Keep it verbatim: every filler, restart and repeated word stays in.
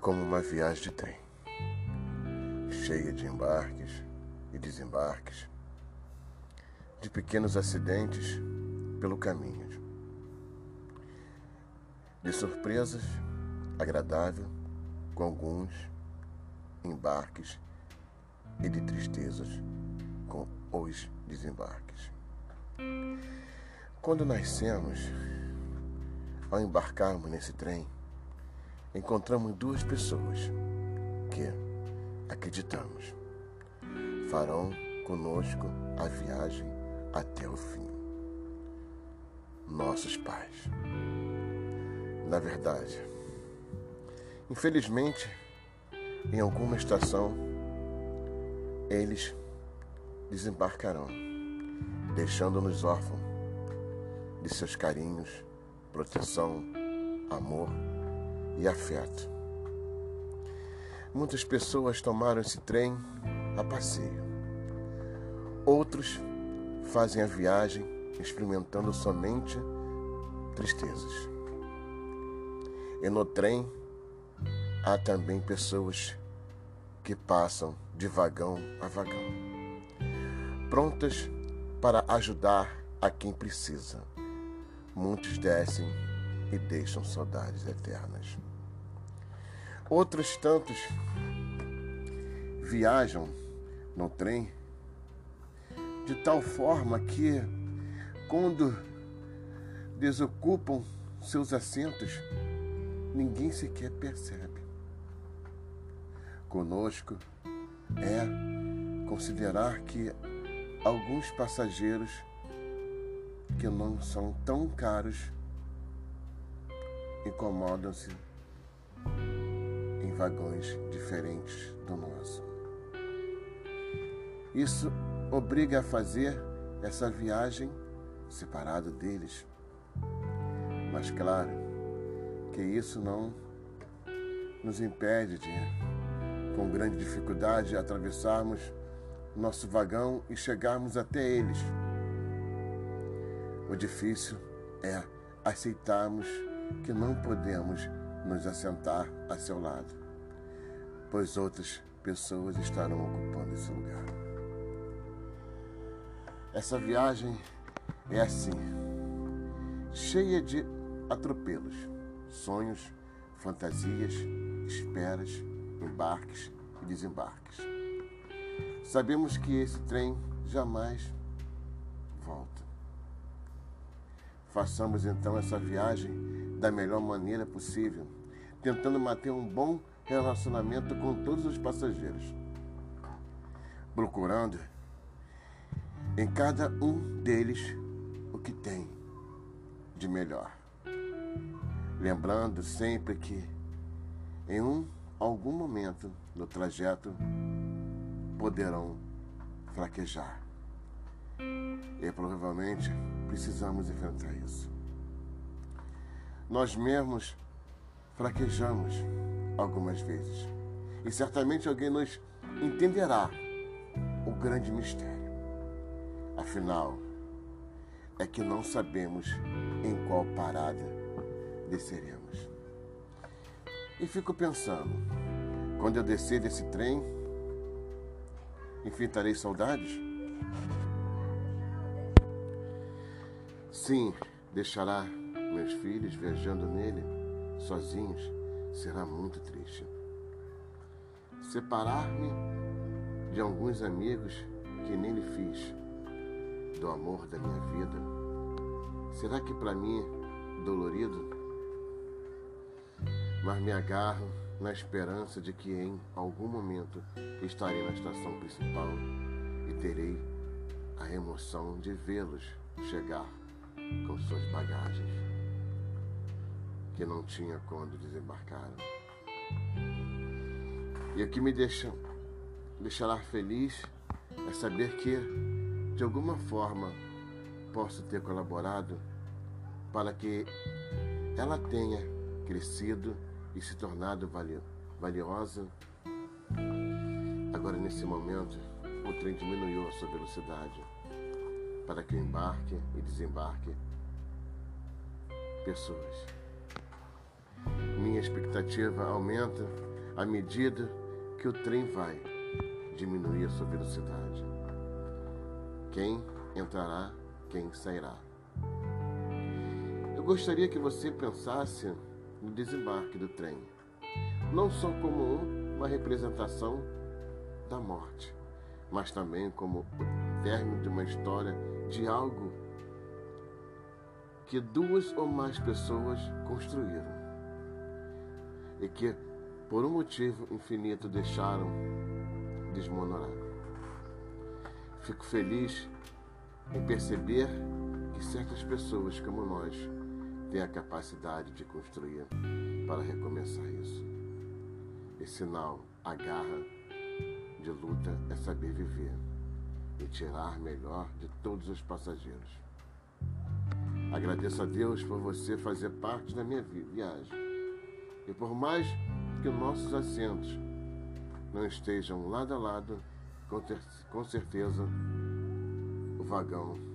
como uma viagem de trem, cheia de embarques e desembarques, de pequenos acidentes pelo caminho, de surpresas agradáveis com alguns embarques e de tristezas com os desembarques. Quando nascemos, ao embarcarmos nesse trem, encontramos duas pessoas que, acreditamos, farão conosco a viagem até o fim. Nossos pais. Na verdade, infelizmente, em alguma estação, eles desembarcarão, deixando-nos órfãos de seus carinhos, proteção, amor e afeto. Muitas pessoas tomaram esse trem a passeio. Outros fazem a viagem experimentando somente tristezas. E no trem há também pessoas que passam de vagão a vagão, prontas para ajudar a quem precisa. Muitos descem e deixam saudades eternas. Outros tantos viajam no trem de tal forma que, quando desocupam seus assentos, ninguém sequer percebe. Conosco é considerar que alguns passageiros que não são tão caros incomodam-se em vagões diferentes do nosso. Isso obriga a fazer essa viagem separado deles. Mas claro que isso não nos impede de, com grande dificuldade, atravessarmos nosso vagão e chegarmos até eles. O difícil é aceitarmos que não podemos nos assentar a seu lado, pois outras pessoas estarão ocupando esse lugar. Essa viagem é assim, cheia de atropelos, sonhos, fantasias, esperas, embarques e desembarques. Sabemos que esse trem jamais volta. Façamos então essa viagem da melhor maneira possível, tentando manter um bom relacionamento com todos os passageiros, procurando em cada um deles o que tem de melhor. Lembrando sempre que em um algum momento do trajeto poderão fraquejar. E provavelmente precisamos enfrentar isso. Nós mesmos fraquejamos algumas vezes. E certamente alguém nos entenderá o grande mistério. Afinal, é que não sabemos em qual parada desceremos. E fico pensando, quando eu descer desse trem, enfrentarei saudades? Sim, deixará meus filhos viajando nele, sozinhos, será muito triste. Separar-me de alguns amigos que nem lhe fiz, do amor da minha vida, será que para mim é dolorido? Mas me agarro na esperança de que em algum momento estarei na estação principal e terei a emoção de vê-los chegar com suas bagagens, que não tinha quando desembarcaram. E o que me deixa, deixará feliz é saber que, de alguma forma, posso ter colaborado para que ela tenha crescido e se tornado valiosa. Agora, nesse momento, o trem diminuiu a sua velocidade para que eu embarque e desembarque pessoas. Minha expectativa aumenta à medida que o trem vai diminuir a sua velocidade. Quem entrará, quem sairá. Eu gostaria que você pensasse no desembarque do trem, não só como uma representação da morte, mas também como o término de uma história de algo que duas ou mais pessoas construíram e que, por um motivo infinito, deixaram desmoronar. Fico feliz em perceber que certas pessoas como nós têm a capacidade de construir para recomeçar isso. E sinal, a garra de luta é saber viver e tirar melhor de todos os passageiros. Agradeço a Deus por você fazer parte da minha viagem. E por mais que nossos assentos não estejam lado a lado, com certeza o vagão